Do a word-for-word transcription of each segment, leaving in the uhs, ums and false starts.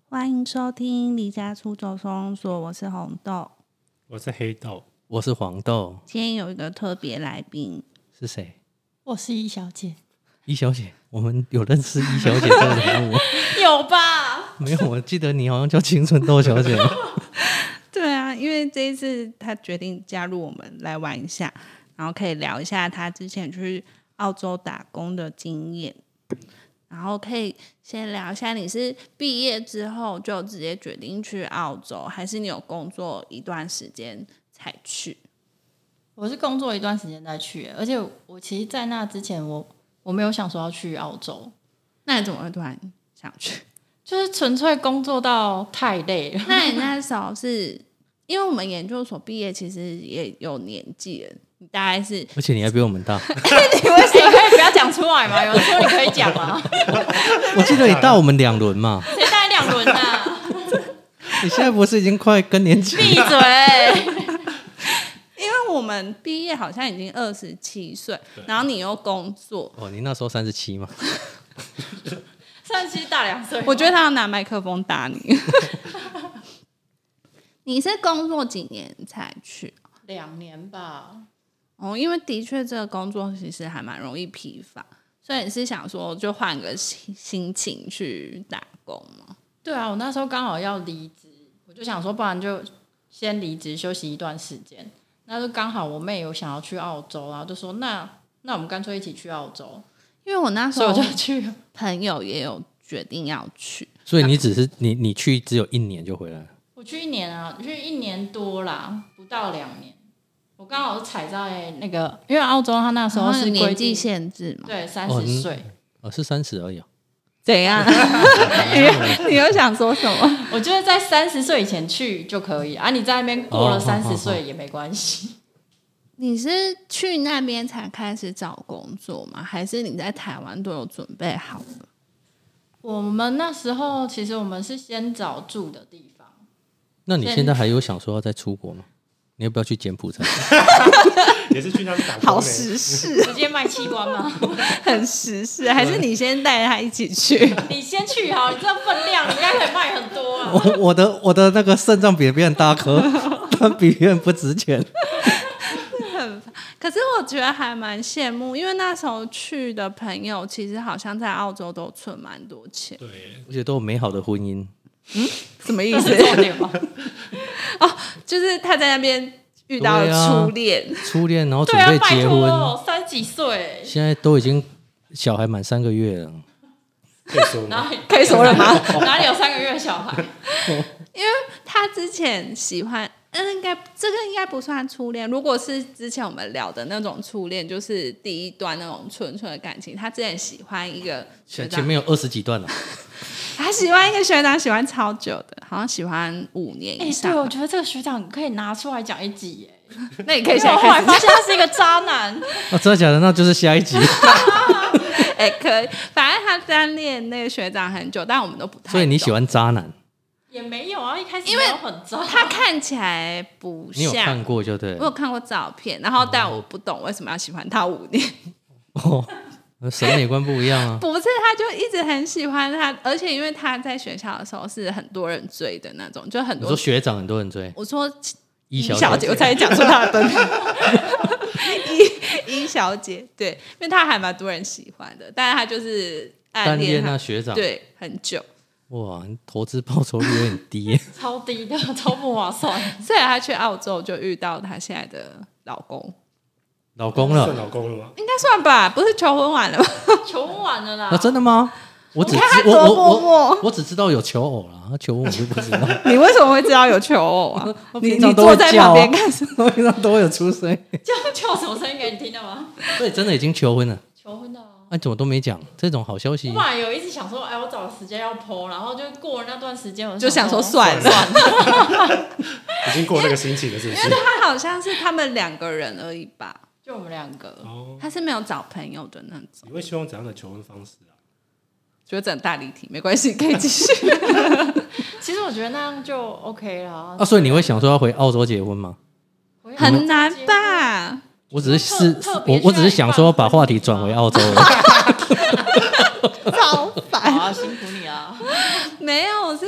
欢迎收听离家出走收容所，我是红豆， 我是黑豆， 我是黄豆。 今天有一个特别来宾， 是谁？ 我是易小姐。 易小姐，我们有认识易小姐这个人物有吧？ 没有，我记得你好像叫青春豆小姐。 对啊，因为这一次他决定加入我们来玩一下，然后可以聊一下他之前去澳洲打工的经验，然后可以先聊一下你是毕业之后就直接决定去澳洲，还是你有工作一段时间才去？ 我是工作一段时间再去，而且我其实在那之前我我没有想说要去澳洲。 那你怎么会突然想去？ 就是纯粹工作到太累了。 那你那时候是因为我们研究所毕业其实也有年纪了，你大概是而且你还比我们大。 你为什么可以不要讲出来吗？有人说你可以讲吗？ 我记得你大我们两轮嘛。 谁带两轮啊？ 你现在不是已经快更年期？ 闭嘴！ 因为我们毕业好像已经二十七岁，然后你又工作。 哦，你那时候三十七嘛？ 三十七大两岁。 我觉得他要拿麦克风打你。你是工作几年才去？ 两年吧。 哦，因为的确这个工作其实还蛮容易疲乏，所以你是想说就换个心心情去打工吗？ 对啊，我那时候刚好要离职，我就想说，不然就先离职休息一段时间。那就刚好我妹有想要去澳洲，然后就说那那我们干脆一起去澳洲。 因为我那时候所以我就去了， 朋友也有决定要去， 所以你只是你你去只有一年就回来了。 我去一年啊，去一年多啦，不到两年。我刚好是踩在那个，因为澳洲它那时候是年纪限制嘛， 对，三十岁。 哦，是三十而已、哦。 怎样？你, 你又想说什么？ 我觉得在三十岁以前去就可以啊，你在那边过了三十岁也没关系。 你是去那边才开始找工作吗？还是你在台湾都有准备好了？ 我们那时候其实我们是先找住的地方。 那你现在还有想说要再出国吗？你要不要去柬埔寨？ 也是去那边打工。 好时事， 直接卖器官吗？ 很时事，还是你先带他一起去？ 你先去好，你这分量你应该可以卖很多啊。 我我的我的那个肾脏比别人大颗，但比别人不值钱。 可是我觉得还蛮羡慕，因为那时候去的朋友其实好像在澳洲都存蛮多钱， 对， 而且都有美好的婚姻。 嗯，什么意思？ 重点吗？ 哦，就是他在那边遇到了初恋、 啊，初恋，然后准备对啊， 结婚， 拜三十几岁， 现在都已经小孩满三个月了。 可以说吗？ 可以说了吗？ 哪里有三个月的小孩？ 因为他之前喜欢，嗯，应该这个应该不算初恋。如果是之前我们聊的那种初恋，就是第一段那种纯纯的感情。他之前喜欢一个学长， 前面有二十几段了。 他喜欢一个学长，喜欢超久的，好像喜欢五年以上。 欸、对，我觉得这个学长可以拿出来讲一集耶。 那你可以想， 后来发现他是一个渣男。 哦，真的假的？那就是下一集。 哎、欸，可以，反正他单恋那个学长很久，但我们都不太懂。 所以你喜欢渣男？ 也没有啊，一开始因为很渣， 他看起来不像。 你有看过就对了。 我有看过照片，然后但我不懂为什么要喜欢他五年。 哦，审美观不一样啊。 不是，他就一直很喜欢他，而且因为他在学校的时候是很多人追的那种，就很多。 我说学长很多人追。 我说一小姐，小姐我才讲出他的本名。一一小姐，对，因为他还蛮多人喜欢的，但是他就是暗恋那学长， 对，很久。 哇，投资报酬率有点低， 超低的，超不划算。 所以他去澳洲就遇到他现在的老公。 老公了？ 算老公了吗？ 应该算吧，不是求婚完了吗？ 求婚完了啦。 啊，真的吗？我只知我我我我只知道有求偶啦，求婚我就不知道。 你为什么会知道有求偶啊？你你坐在旁边干什么？ 平常都会有出声。 叫叫什么声音给你听的吗？ 对，真的已经求婚了。 求婚的、啊。 那、啊、怎么都没讲这种好消息？ 我本来有一直想说，哎，我找时间要 po， 然后就过了那段时间，我就想说算了， 已经过那个心情了，是不是？ 因为他好像是他们两个人而已吧， 就我们两个。 哦， 他是没有找朋友的那种。 你会希望怎样的求婚方式啊？ 觉得整大离题，没关系，可以继续。 其实我觉得那样就 OK 了。 啊，所以你会想说要回澳洲结婚吗？ 很难吧？ 我只是是，我我只是想说把话题转回澳洲了。 超烦啊，辛苦你啊！ 没有，我是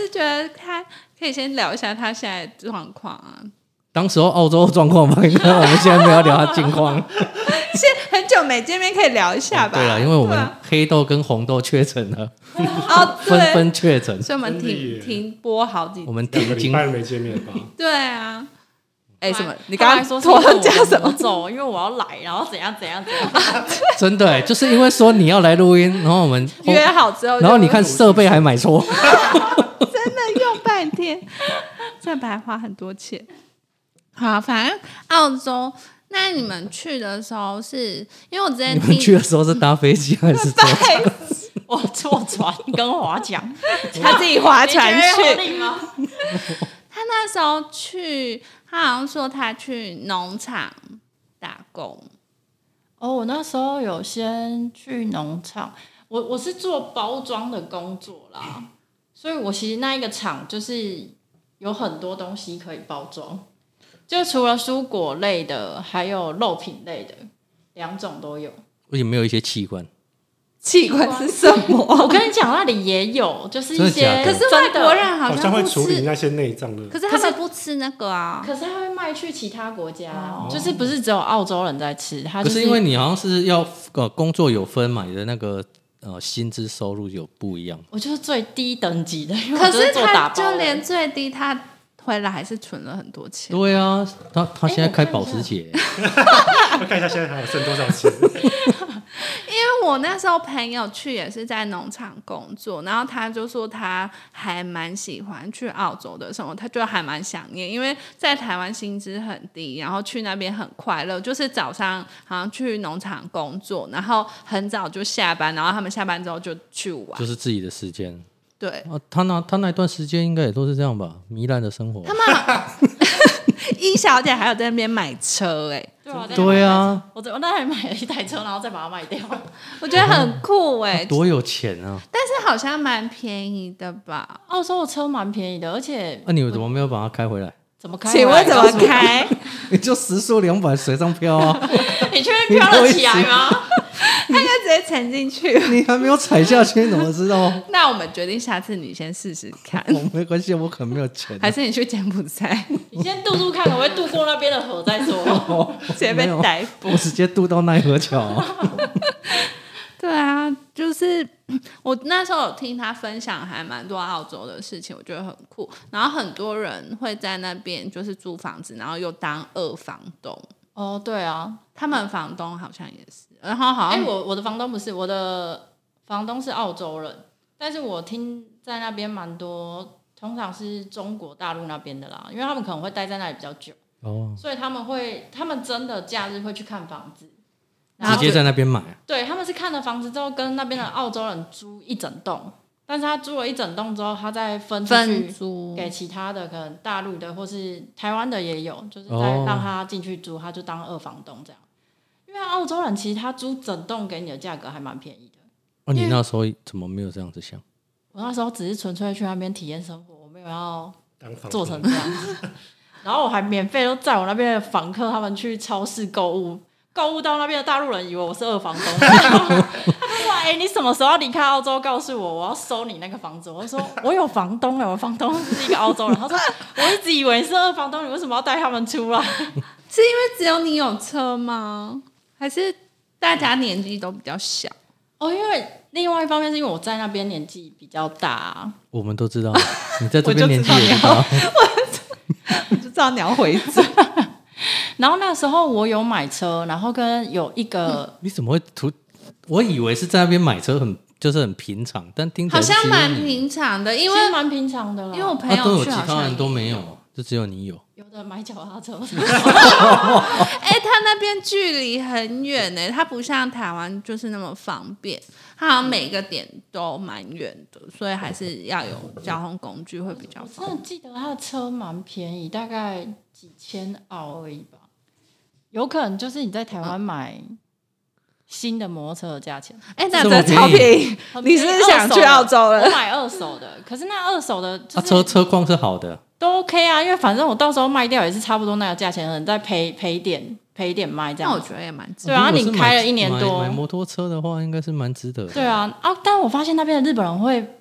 是觉得他可以先聊一下他现在的状况啊。 当时候澳洲状况吧，应该我们现在没有聊他近况。 现很久没见面，可以聊一下吧？ 哦、对了，因为我们黑豆跟红豆确诊了， 哦， 纷纷确诊， 所以我们停停播好几， 我们两个礼拜没见面吧？ 对啊。哎，什么？你刚才说拖加什么走？因为我要来，然后怎样怎样怎样。 真的哎，就是因为说你要来录音，然后我们约好之后， 然后你看设备还买错， 真的用半天，这白花很多钱。好，反正澳洲，那你们去的时候是因为我之前你们去的时候是搭飞机还是坐船？ 我坐船跟划桨， 他自己划船去吗？ 他那时候去，他好像说他去农场打工。 哦，我那时候有先去农场，我我是做包装的工作啦，所以我其实那一个厂就是有很多东西可以包装，就除了蔬果类的，还有肉品类的，两种都有。 有没有一些器官？ 器官是什么？ 我跟你讲，那里也有，就是一些， 可是外国人好像会处理那些内脏的， 可是他们不吃那个啊。 可是他会卖去其他国家，哦、就是不是只有澳洲人在吃，他、 就是、可是因为你好像是要呃工作有分嘛，你的那个呃薪资收入有不一样。 我就是最低等级的， 可是他就连最低他回来还是存了很多钱。 对啊，他他现在开保时捷， 我看一下现在还有剩多少钱。 因为我那时候朋友去也是在农场工作，然后他就说他还蛮喜欢去澳洲的生活，他就还蛮想念，因为在台湾薪资很低，然后去那边很快乐，就是早上好像去农场工作，然后很早就下班，然后他们下班之后就去玩， 就是自己的时间。 对、 啊，他那他那段时间应该也都是这样吧，糜烂的生活。 他们一小姐还有在那边买车、欸，哎， 对啊， 对啊， 我我那里买了一台车，然后再把它卖掉， 我觉得很酷哎、欸， 多有钱啊！ 但是好像蛮便宜的吧？ 澳洲的车蛮便宜的，而且那、啊、你怎么没有把它开回来？ 怎么开？ 请问怎么开？ 你就时速两百水上漂啊！ 你确定飘得起来吗？ 他应该直接沉进去。 你还没有踩下去，你怎么知道？ 那我们决定下次你先试试看。 我没关系，我可能没有钱、啊。 还是你去柬埔寨？ 你先渡渡看，可不可以渡过那边的河再说。 哦、 直接被逮捕。 我直接渡到奈何桥、啊。 对啊，就是我那时候有听他分享还蛮多澳洲的事情，我觉得很酷。然后很多人会在那边就是租房子，然后又当二房东。 哦，对啊， 他们房东好像也是。然后好像， 哎、欸，我我的房东不是，我的房东是澳洲人，但是我听在那边蛮多，通常是中国大陆那边的啦，因为他们可能会待在那里比较久，哦，所以他们会，他们真的假日会去看房子。 直接在那边买、啊， 对，他们是看了房子之后跟那边的澳洲人租一整栋，但是他租了一整栋之后，他再分出去给其他的，可能大陆的或是台湾的也有，就是再让他进去租，他就当二房东这样。因为澳洲人其实他租整栋给你的价格还蛮便宜的。 哦，你那时候怎么没有这样子想？ 我那时候只是纯粹去那边体验生活，我没有要做成这样子。然后我还免费都载我那边的房客他们去超市购物。购物到那边的大陆人以为我是二房东，他就说：“哎、欸，你什么时候要离开澳洲？告诉我，我要收你那个房子。”我就说：“我有房东了，我房东是一个澳洲人。”他说：“我一直以为你是二房东，你为什么要带他们出来？” 是因为只有你有车吗？还是大家年纪都比较小？ 哦，因为另外一方面是因为我在那边年纪比较大、啊， 我们都知道你在这边年纪也大， 我就知道你要回嘴。 然后那时候我有买车，然后跟有一个、 嗯、你怎么会突？我以为是在那边买车很就是很平常，但听起来好像蛮平常的，因为蛮平常的啦。 因为我朋友去、 啊、都有其他人都没有，就只有你有。 有的买脚踏车， 哎、欸，他那边距离很远呢，他不像台湾就是那么方便，他好像每个点都蛮远的，所以还是要有交通工具会比较方便。 我真的记得他的车蛮便宜，大概几千澳而已吧，有可能就是你在台湾买新的摩托车的价钱。 哎、欸，那真的超便宜，你是不是想去澳洲了？ 我买二手的，可是那二手的、就是， 啊，车车况是好的。 都 OK 啊，因为反正我到时候卖掉也是差不多那个价钱，可能再赔赔点赔点卖这样。 那我觉得也蛮值得。对啊，你开了一年多， 买, 买摩托车的话应该是蛮值得的。 对啊啊！但我发现那边的日本人会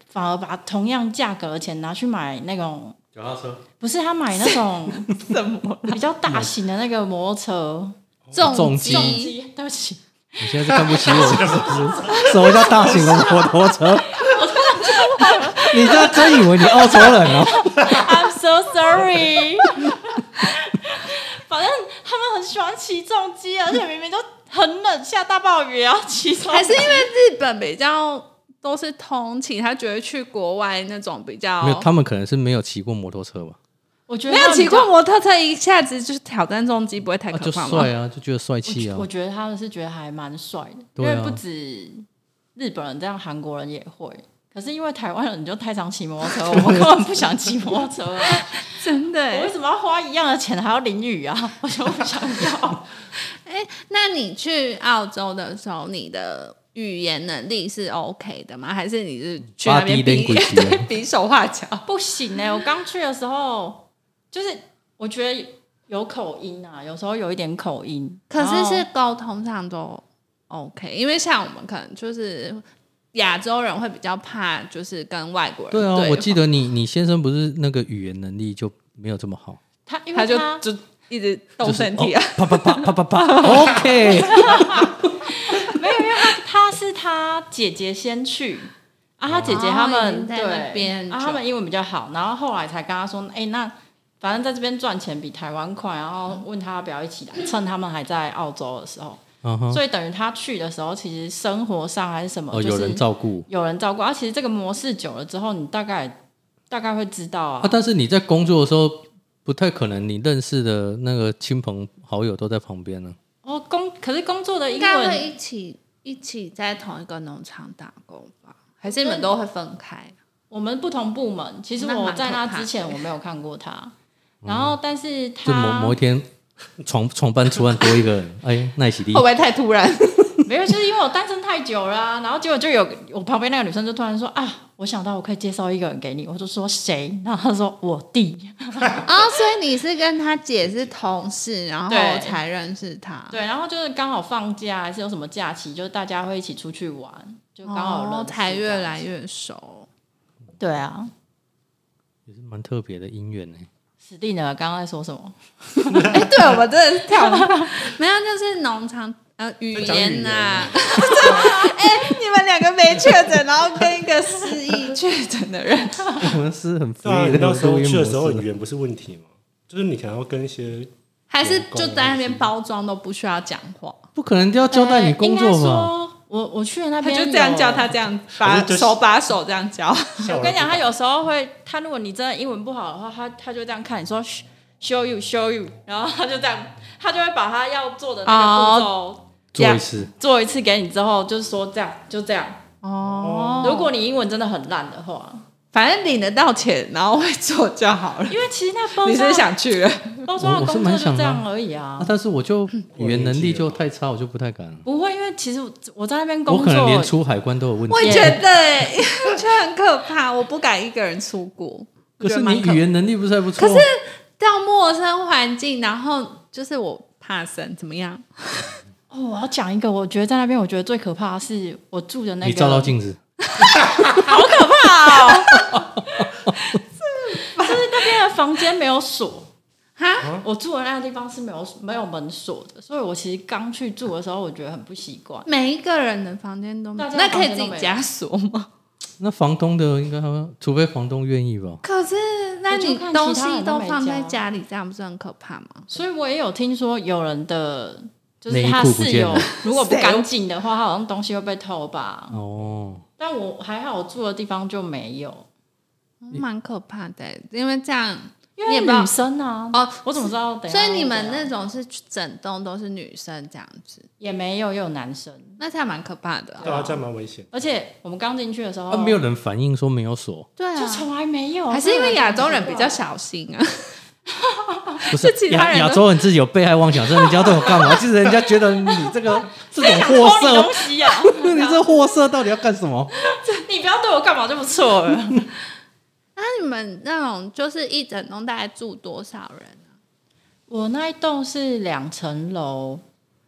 反而把同样价格的钱拿去买那种脚踏车， 不是他买那种什么比较大型的那个摩托车重机重机，对不起， 你现在是看不起我是不是？什么叫大型的摩托车？你这样真以为你澳洲人哦 I'm so sorry 反正他们很喜欢骑重机，而且明明就很冷，下大暴雨也要骑重机。 还是因为日本比较都是通勤，他觉得去国外那种比较没有，他们可能是没有骑过摩托车吧？ 我觉得没有骑过摩托车，一下子就是挑战重机，不会太啊、就可怕吗？ 帅啊，就觉得帅气啊我。我觉得他们是觉得还蛮帅的， 对啊因为不止日本人这样，韩国人也会。可是因为台湾人就太常骑摩托车，我们根本不想骑摩托车啊！ 真的耶， 我为什么要花一样的钱还要淋雨啊？我就不想要。 哎，那你去澳洲的时候，你的语言能力是 OK 的吗？还是你是去那边 Body 比 language 对比手画脚？ 不行呢、欸，我刚去的时候，就是我觉得有口音啊，有时候有一点口音， 可是然后是沟通上都 OK，因为像我们可能就是亚洲人会比较怕，就是跟外国人对啊， 话我记得你你先生不是那个语言能力就没有这么好， 他因他就为他就一直动身体啊， 啪啪啪啪啪啪 ，OK， 没有，因为他他是他姐姐先去啊，他姐姐他哦已们、 经在对那边啊，他们英文比较好，然后后来才跟他说，哎、那反正在这边赚钱比台湾快，然后问他要不要一起来，趁他们还在澳洲的时候， 嗯哼， 所以等于他去的时候，其实生活上还是什么， 哦， 就是有人照顾有人照顾，而、啊、其实这个模式久了之后，你大概大概会知道啊。 啊，但是你在工作的时候不太可能，你认识的那个亲朋好友都在旁边呢。 哦，工可是工作的英应该会文， 一起一起在同一个农场打工吧？还是你们都会分开？ 我们不同部门，其实那蛮我在那可怕的之前我没有看过他，然后但是就某他某一天床床班突然多一个人，哎，奈喜力会不会太突然？ 没有，就是因为我单身太久了、啊，然后结果就有我旁边那个女生就突然说啊，我想到我可以介绍一个人给你，我就说谁？然后她说我弟， 哦，所以你是跟他姐是同事，然后对才认识他。 对，然后就是刚好放假还是有什么假期，就是大家会一起出去玩，就刚好认识、 哦，才越来越熟。 对啊。 也是蛮特别的姻缘呢。 史蒂呢？刚刚在说什么？ 哎，对，我们真的是跳，没有，就是农场呃语言呐、啊。哎，你们两个没确诊，然后跟一个失忆确诊的人， 我们是很对啊， 福利的你到时候录音去的时候模式语言不是问题嘛，就是你可能要跟一些还是就在那边包装都不需要讲话， 不可能就要交代你工作呃应该吧？ 说我我去的那边他就这样有叫他这样把就是手把手这样教。 我跟你讲，他有时候会，他如果你真的英文不好的话，他他就这样看你说 show you show you， 然后他就这样，他就会把他要做的那个步骤做一次， 做一次给你之后，就是说这样就这样。 哦， 如果你英文真的很烂的话， 反正领得到钱，然后会做就好了。 因为其实那包你是装想去了？ 包装的我我是工作就蛮想的啊这样而已啊啊，，但是我就语言能力就太差，我就不太敢了。 不会，因为其实我在那边工我可能连作， 出海关都有问题我。也觉得、欸，我觉得很可怕，我不敢一个人出国。 可是你我觉得蛮可语言能力不是还不错？ 可是到陌生环境，然后就是我怕生，怎么样？ 哦，我要讲一个，我觉得在那边我觉得最可怕的是我住的那个， 你照照镜子， 好可怕哦！就是那边的房间没有锁， 哈， 我住的那个地方是没有没有门锁的，所以我其实刚去住的时候，我觉得很不习惯。 每一个人的房间都没有， 大家的那可以房间都没有自己加锁吗？ 那房东的应该还会，除非房东愿意吧？ 可是，那我就看你东其他西人都没都放在加家里，这样不是很可怕吗？ 所以我也有听说有人的，就是内衣他室友裤不见了如果不干净的话，他好像东西会被偷吧。 哦， 但我还好，我住的地方就没有， 蛮可怕的欸，因为这样因你也不知道为女生啊， 哦， 我怎么知道？等一下所以你们会怎样那种是整栋都是女生这样子， 也没有，也有男生。 那这样蛮可怕的啊、 对啊，这样蛮危险。 而且我们刚进去的时候， 啊，没有人反映说没有锁， 对啊， 就从来没有， 还是因为亚洲人比较小。 小心啊。 不是是其他人都亚亚洲人自己有被害妄想症，人家对我干嘛？就是人家觉得你这个这种货偷你色东，西啊！ 你这货色到底要干什么？ 你不要对我干嘛就不错了。 那你们那种就是一整栋大概住多少人啊？ 我那一栋是两层楼，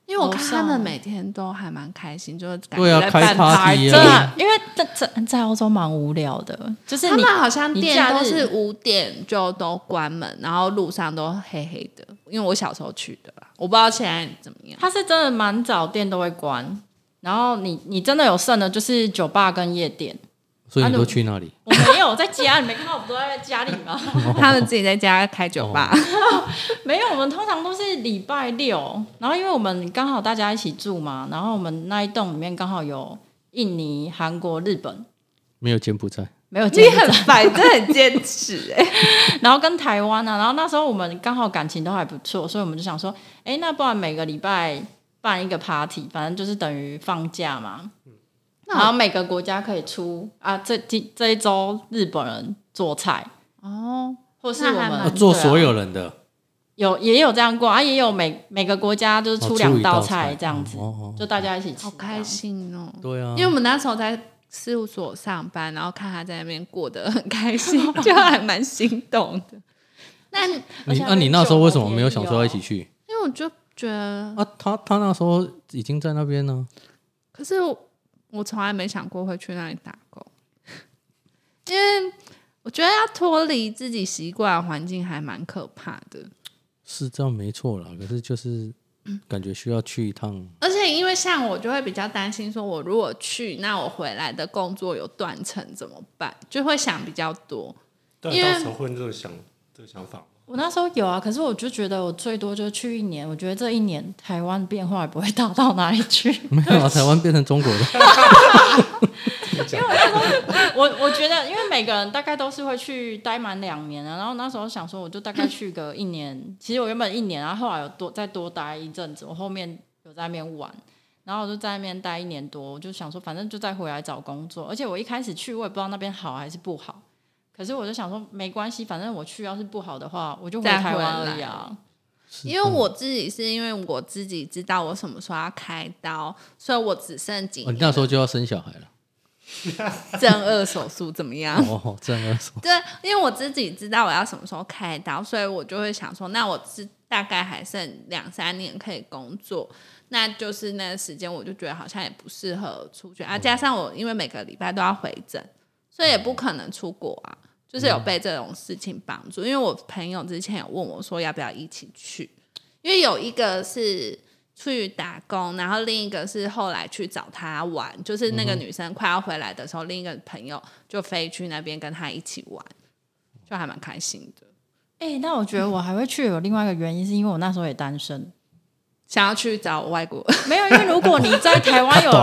因为我看他们每天都还蛮开心，就是感对啊， 觉在办 party 真的，因为在在在澳洲蛮无聊的，就是他你们好像你假日店都是五点就都关门，然后路上都黑黑的。因为我小时候去的啦，我不知道现在怎么样。 它是真的蛮早店都会关，然后你你真的有剩的就是酒吧跟夜店。 所以你都去那里？ 我没有在家，你没看到我都在家里吗？ 他们自己在家开酒吧。 哦、 没有，我们通常都是礼拜六，然后因为我们刚好大家一起住嘛，然后我们那一栋里面刚好有印尼、韩国、日本， 没有柬埔寨， 没有柬埔寨。 你很烦，真的很坚持哎、 欸。然后跟台湾啊，然后那时候我们刚好感情都还不错，所以我们就想说，哎、欸，那不然每个礼拜办一个 party， 反正就是等于放假嘛。然后每个国家可以出啊，这这一周日本人做菜哦， 或是我们做所有人的， 啊、有也有这样过啊，也有每每个国家就是出两道菜这样子， 哦哦哦、 就大家一起吃， 好开心哦。 对啊， 因为我们那时候在事务所上班，然后看他在那边过得很开心，就还蛮心动的。那你那、啊、你那时候为什么没有想说要一起去？ 因为我就觉得啊，他他那时候已经在那边呢， 可是我。我从来没想过会去那里打工，因为我觉得要脱离自己习惯的环境还蛮可怕的。 是这样没错啦，可是就是感觉需要去一趟。 而且因为像我就会比较担心，说我如果去，那我回来的工作有断层怎么办？就会想比较多。 对，因为到时候会这个想这个想法。 我那时候有啊，可是我就觉得我最多就去一年，我觉得这一年台湾变化也不会大到哪里去。 没有啊，台湾变成中国的。 因为我那时候我我觉得，因为每个人大概都是会去待满两年啊，然后那时候想说，我就大概去个一年。其实我原本一年，然后后来有多再多待一阵子，我后面有在那边玩，然后我就在那边待一年多，我就想说，反正就再回来找工作。而且我一开始去，我也不知道那边好还是不好。可是我就想说没关系，反正我去要是不好的话，我就回台湾而已啊。 因为我自己是因为我自己知道我什么时候要开刀，所以我只剩几年、 哦、你那时候就要生小孩了。 正颚手术怎么样？ 哦，正颚手术。 对，因为我自己知道我要什么时候开刀，所以我就会想说，那我是大概还剩两三年可以工作，那就是那个时间我就觉得好像也不适合出去啊。加上我因为每个礼拜都要回诊，所以也不可能出国啊。就是有被这种事情帮助，因为我朋友之前有问我说要不要一起去，因为有一个是去打工，然后另一个是后来去找他玩，就是那个女生快要回来的时候，另一个朋友就飞去那边跟他一起玩，就还蛮开心的。 哎、欸，那我觉得我还会去有另外一个原因，是因为我那时候也单身， 想要去找外国没有，因为如果你在台湾有。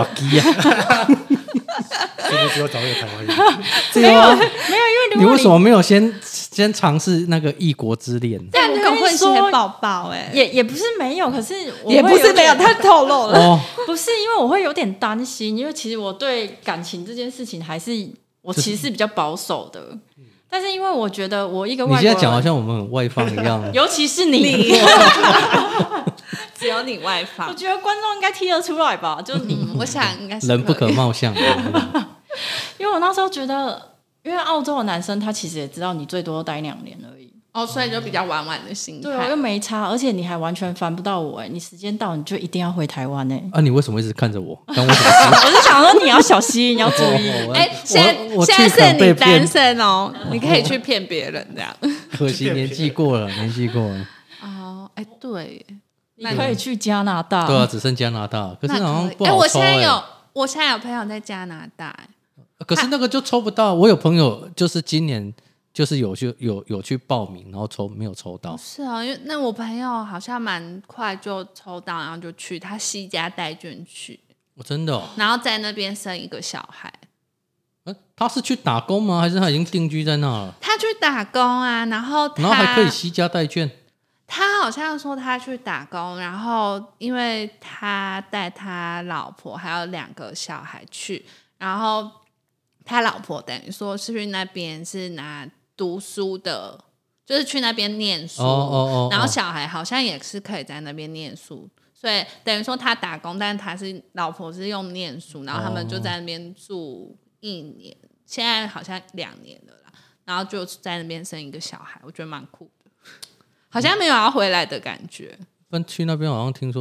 是不是要找一个台湾人？ 没有，没有，因为你为什么没有先先尝试那个异国之恋？ 这样可以混血宝宝哎， 也也不是没有，可是我也不是没有，他透露了。 哦， 不是，因为我会有点担心，因为其实我对感情这件事情还是我其实是比较保守的。就是但是因为我觉得我一个外国人， 你现在讲好像我们很外放一样， 尤其是你，你只有你外放。 我觉得观众应该听得出来吧？就是你， 我想应该是人不可貌相。 因为我那时候觉得，因为澳洲的男生他其实也知道你最多待两年而已， 哦，所以就比较玩玩的心态。 对，我又没差，而且你还完全烦不到我哎，你时间到你就一定要回台湾哎。 啊，你为什么一直看着我？关我什么事？ 我是想说你要小心，你要注意。 哎、欸，现在现在是你单身哦，你可以去骗别人这样。 可惜年纪过了，年纪过了。 哦，哎、欸，对， 你可以去加拿大。 对啊，只剩加拿大，可是好像不好抽哎、 欸。我现在有，我现在有朋友在加拿大哎。 可是那个就抽不到，我有朋友就是今年就是有去有有去报名，然后抽没有抽到。 是啊，因为那我朋友好像蛮快就抽到，然后就去他西家带眷去， 我、哦、真的、哦， 然后在那边生一个小孩。 呃、他是去打工吗？还是他已经定居在那了？ 他去打工啊，然后他然后还可以西家带眷。 他好像说他去打工，然后因为他带他老婆还有两个小孩去，然后。他老婆等于说是去那边是拿读书的，就是去那边念书， oh, oh, oh, oh. 然后小孩好像也是可以在那边念书，所以等于说他打工，但他是老婆是用念书，然后他们就在那边住一年， oh. 现在好像两年了啦，然后就在那边生一个小孩，我觉得蛮酷的，好像没有要回来的感觉。 但去那边好像听说都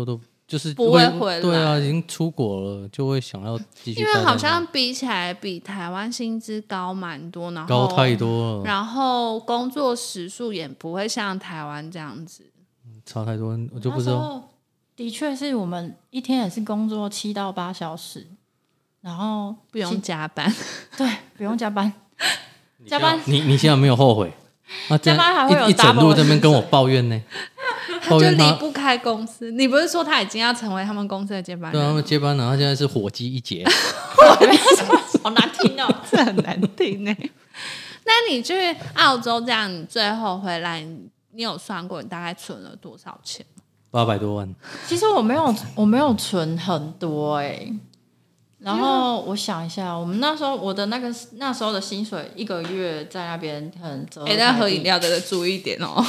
就是不会回来， 对啊，已经出国了，就会想要继续。 因为好像比起来，比台湾薪资高蛮多，然后高太多了， 然后工作时数也不会像台湾这样子， 差太多，我就不知道。 的确是我们一天也是工作七到八小时，然后不用加班， 对，不用加班，加班。 你你现在没有后悔？啊， 加班还会有一整路这边跟我抱怨呢。 他就离不开公司。你不是说他已经要成为他们公司的接班人？ 对啊，他们接班人，他现在是火鸡一节， 好难听哦， 这很难听呢。那你去澳洲这样，你最后回来，你有算过你大概存了多少钱吗？ 八百多万。 其实我没有，我没有存很多哎、欸。然后我想一下，我们那时候我的那个那时候的薪水一个月在那边很折。 哎，那喝饮料的注意一点哦。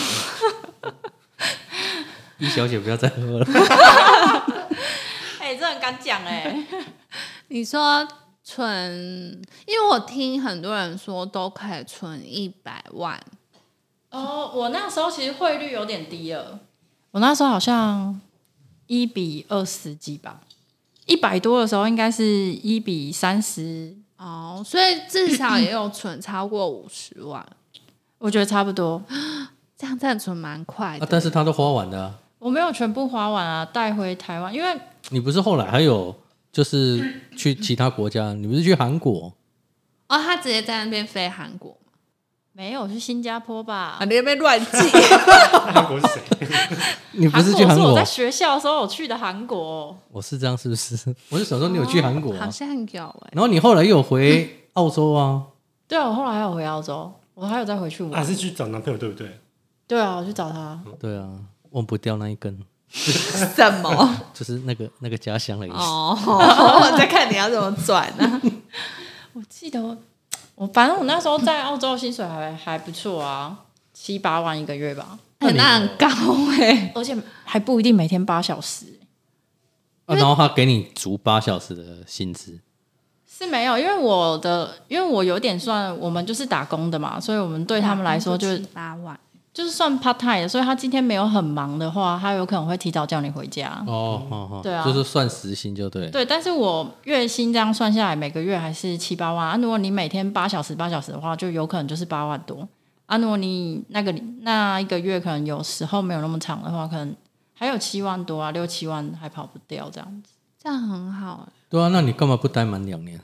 一小姐不要再喝了。 哎、欸，这很敢讲哎。 你说存，因为我听很多人说都可以存一百万。 哦，我那时候其实汇率有点低了，我那时候好像一比二十几吧。一百多的时候应该是一比三十哦，所以至少也有存超过五十万， 我觉得差不多。 这样真的存蛮快的、 啊。但是他都花完了、啊， 我没有全部花完啊，带回台湾，因为你不是后来还有就是去其他国家，你不是去韩国？ 哦，他直接在那边飞韩国吗？ 没有，去新加坡吧？ 啊，你那边乱记。 韩国是谁？ 你不是去韩国？ 是我在学校的时候我去的韩国。 我是这样是不是？我就想说你有去韩国、啊哦，好像有哎、欸。 然后你后来又有回澳洲啊？ 对啊，我后来还有回澳洲，我还有再回去玩。 还、啊、是去找男朋友对不对？ 对啊，我去找他。 对啊，忘不掉那一根。 什么？ 就是那个那个家乡的意思。 哦，我在看你要怎么转呢、啊？ 我记得我。我反正我那时候在澳洲薪水还还不错啊，七八万一个月吧， 欸、那很高哎、欸， 而且还不一定每天八小时、 欸啊。然后他给你足八小时的薪资是没有，因为我的因为我有点算我们就是打工的嘛，所以我们对他们来说就是八万， 就是算 part time 的，所以他今天没有很忙的话，他有可能会提早叫你回家。 哦，哦哦对啊， 就是算时薪就对。 对，但是我月薪这样算下来，每个月还是七八万啊。如果你每天八小时八小时的话，就有可能就是八万多啊。如果你那个那一个月可能有时候没有那么长的话，可能还有七万多啊，六七万还跑不掉这样子。 这样很好哎、欸。 对啊，那你干嘛不待满两年？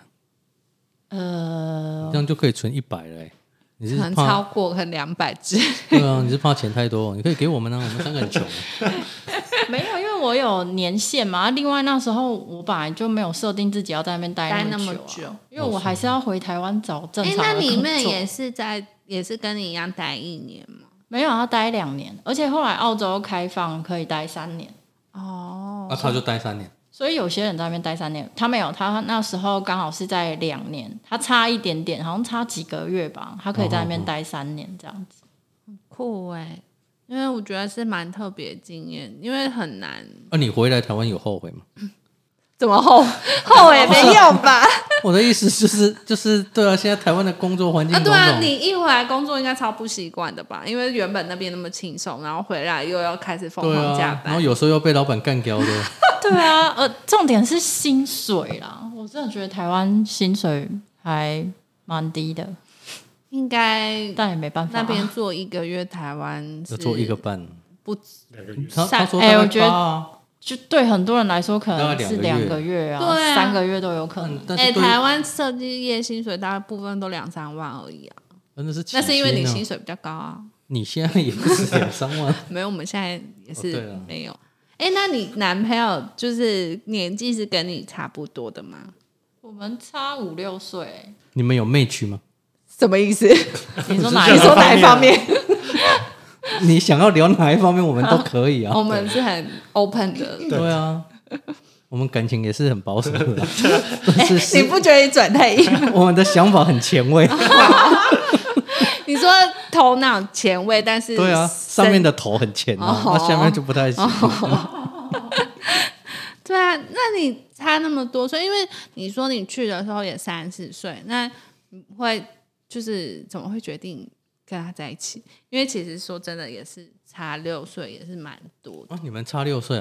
呃， 这样就可以存一百了哎、欸。你是可能超过可能两百只。 对啊，你是怕钱太多，你可以给我们啊，我们三个很穷。 没有，因为我有年限嘛。另外那时候我本来就没有设定自己要在那边待那么久、啊， 因为我还是要回台湾找正常的工作。 欸、那你妹也是在，也是跟你一样待一年吗？ 没有，要待两年，而且后来澳洲开放可以待三年。 哦， 那、啊、他就待三年。 所以有些人在那边待三年，他没有，他那时候刚好是在两年，他差一点点，好像差几个月吧，他可以在那边待三年这样子。 很酷哎、欸，因为我觉得是蛮特别的经验，因为很难。 啊，你回来台湾有后悔吗？ 怎么后后悔没用吧？ 我的意思就是就是对啊，现在台湾的工作环境啊，对啊，你一回来工作应该超不习惯的吧？因为原本那边那么轻松，然后回来又要开始疯狂加班、 啊，然后有时候又被老板干掉的。 对啊，呃，重点是薪水啦，我真的觉得台湾薪水还蛮低的， 应该， 但也没办法。 那边做一个月，台湾要做一个半， 不两个月。 他他说哎、欸，我觉得就对很多人来说，可能是两个月啊， 对啊， 三个月都有可能。 哎、欸，台湾设计业薪水大部分都两三万而已啊， 那是那是因为你薪水比较高啊。 你现在也不是两三万， 没有，我们现在也是没有。 哦哎、欸，那你男朋友就是年纪是跟你差不多的吗？ 我们差五六岁。 你们有match吗？ 什么意思？ 你说哪？ 你说哪一方面？ 你想要聊哪一方面，我们都可以啊。 我们是很 open 的。 对啊，我们感情也是很保守的、啊欸。你不觉得你转太硬吗？ 我们的想法很前卫。 你说头脑前卫，但是对啊，上面的头很前啊，那、哦、下面就不太行。 哦、对啊，那你差那么多岁，因为你说你去的时候也三十岁，那你会就是怎么会决定跟他在一起？因为其实说真的，也是差六岁，也是蛮多的。 啊，你们差六岁啊？ 差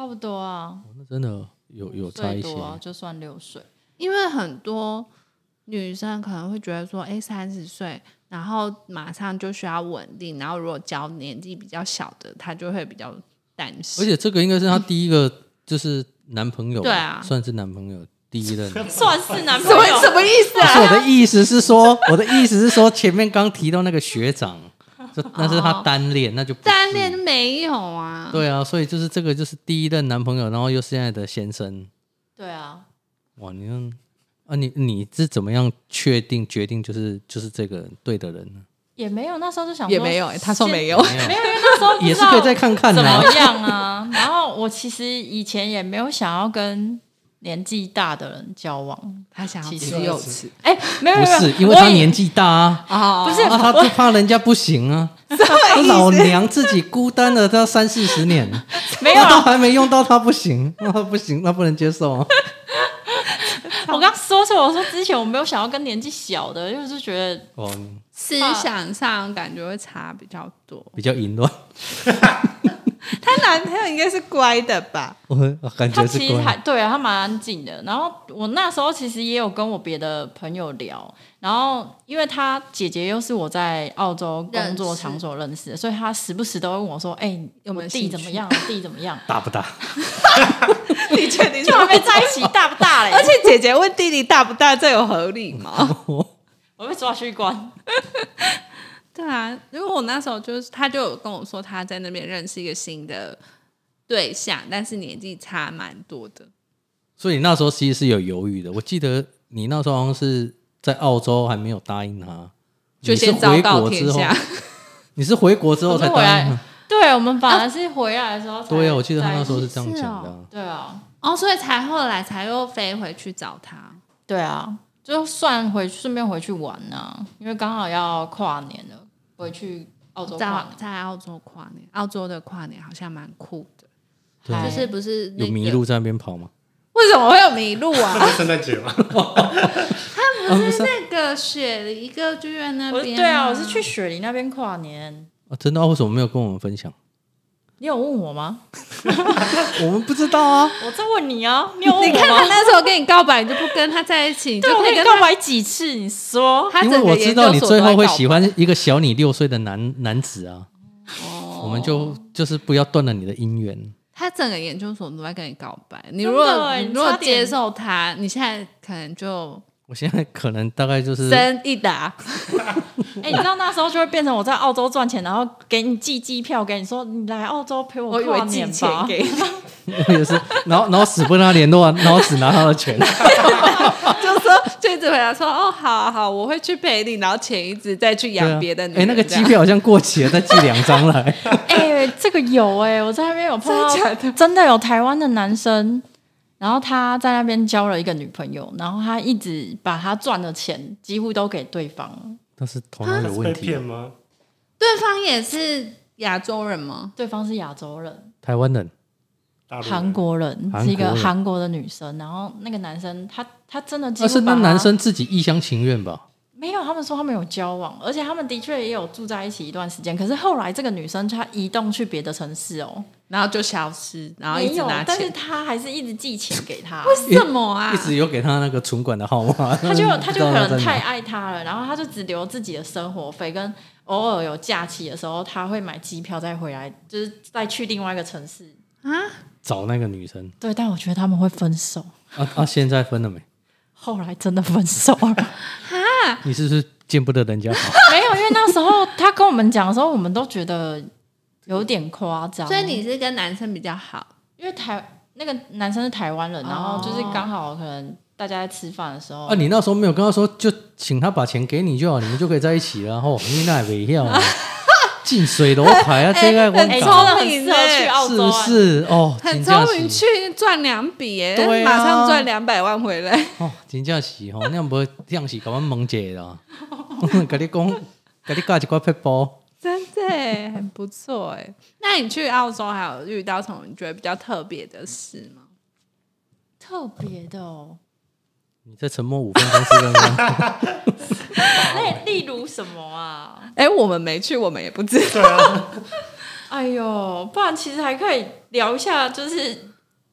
差不多啊。 哦、那真的有有差一些， 啊，就算六岁。 因为很多女生可能会觉得说，哎，三十岁，然后马上就需要稳定，然后如果交年纪比较小的，她就会比较担心。 而且这个应该是她第一个就是男朋友， 对啊， 算是男朋友第一任， 算是男朋友， 什么意思啊？ 不是我的意思是说，我的意思是说，前面刚提到那个学长，就那是他单恋，那就不是单恋没有啊。 对啊，所以就是这个就是第一任男朋友，然后又现在的先生。 对啊。 哇，你看啊，你你是怎么样确定决定就是就是这个对的人呢？ 也没有，那时候就想说也没有、欸，他说没有， 没有，因为那时候也是可以再看看的、 啊、怎么样啊？然后我其实以前也没有想要跟年纪大的人交往， 他想要吃柚子。 哎，没有， 不是因为他年纪大啊， 哦、 不是、 啊，他就怕人家不行啊。老娘自己孤单了到三四十年， 没有、啊， 还没用到他不行，那不行，那不能接受啊。 我刚说错，我说之前我没有想要跟年纪小的，就是觉得哦， 思想上感觉会差比较多， 比较淫乱。 她男朋友应该是乖的吧？ 我感觉是乖。 他其实还对啊，他蛮安静的。然后我那时候其实也有跟我别的朋友聊，然后因为他姐姐又是我在澳洲工作场所认识的，所以他时不时都会问我说：“哎、欸，有没有弟怎么样？弟怎么样？ 大不大？” 你确定就还没在一起大不大嘞？ 而且姐姐问弟弟大不大，这有合理吗？ 我被抓去关。 对啊，因为我那时候就是他就有跟我说他在那边认识一个新的对象，但是年纪差蛮多的。 所以你那时候其实是有犹豫的。我记得你那时候好像是在澳洲还没有答应他， 就先昭告天下。 你是回国之后才答应他？ 对，我们反而是回来的时候才。 对啊，我记得他那时候是这样讲的、啊。 对啊， 哦，所以才后来才又飞回去找他。 对啊，就算回顺便回去玩啊，因为刚好要跨年了，回去澳洲跨年。 在, 在澳洲跨年，澳洲的跨年好像蛮酷的。 对， 就是不是、那個、 有麋鹿在那边跑吗？ 为什么会有麋鹿啊？ 那不是圣诞节吗？ 他不是那个雪梨歌剧院那边、啊？ 对啊，我是去雪梨那边跨年。 啊，真的、啊？为什么没有跟我们分享？ 你有问我吗？ 我们不知道啊。 我在问你啊，你有问我吗？ 你看他那时候跟你告白，你就不跟他在一起，你就可以跟他告白几次？你说， 他因为我知道你最后会喜欢一个小你六岁的男男子啊。哦，我们就就是不要断了你的姻缘。 他整个研究所都在跟你告白，你如果你如果接受他，你现在可能就。 我现在可能大概就是生一打， 哎、欸，你知道那时候就会变成我在澳洲赚钱，然后给你寄机票，给你说你来澳洲陪我跨年吧。 给我也是，然后然后死不跟他联络，然后只拿他的钱， 就说就一直回答说哦好啊好，我会去陪你，然后钱一直再去养别的女人。 哎、啊欸，那个机票好像过期了，再寄两张来。 哎、欸，这个有哎、欸，我在那边有碰到，真的, 真的有台湾的男生。然后他在那边交了一个女朋友，然后他一直把他赚的钱几乎都给对方。 但是同样有问题、 啊、吗？ 对方也是亚洲人吗？ 对方是亚洲人， 台湾人， 韩国人，是一个韩国的女生。然后那个男生他他真的几乎把他， 但是那男生自己一厢情愿吧？ 没有，他们说他们有交往，而且他们的确也有住在一起一段时间。可是后来这个女生她移动去别的城市哦， 然后就消失，然后一直拿钱， 但是他还是一直寄钱给他。 为什么啊？ 一直有给他那个存款的号码。 他就他就可能太爱他了，然后他就只留自己的生活费，跟偶尔有假期的时候，他会买机票再回来，就是再去另外一个城市啊找那个女生。 对，但我觉得他们会分手。 啊啊！现在分了没？ 后来真的分手了。 哈， 你是不是见不得人家好？ 没有，因为那时候他跟我们讲的时候，我们都觉得有点夸张。 所以你是跟男生比较好， 因为台那个男生是台湾人，然后就是刚好可能大家在吃饭的时候。 啊，你那时候没有跟他说，就请他把钱给你就好，你们就可以在一起了。哦，你那也没要啊。近水楼台啊，这个我很聪明， 很适合去澳洲、 啊，是不是？哦， 很聪明，去赚两笔耶， 对啊、 马上赚两百万回来。 哦，真正是哦，那样不这样是搞我蒙解啦。跟你讲，跟你教一块撇步， 真的很不错哎。那你去澳洲还有遇到什么你觉得比较特别的事吗？ 特别的哦。 你在沉默五分钟十分钟。 那例如什么啊？ 哎、欸，我们没去，我们也不知道。 对啊。 哎呦，不然其实还可以聊一下，就是